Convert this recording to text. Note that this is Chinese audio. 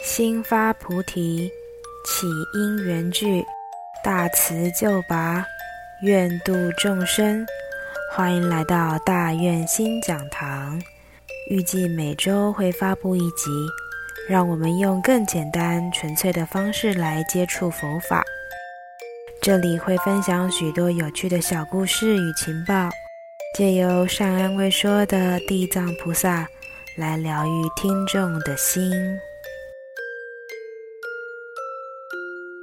心发菩提，起因缘具，大慈救拔，愿度众生。欢迎来到大愿心讲堂，预计每周会发布一集，让我们用更简单纯粹的方式来接触佛法。这里会分享许多有趣的小故事与情报，借由善安为说的地藏菩萨来疗愈听众的心。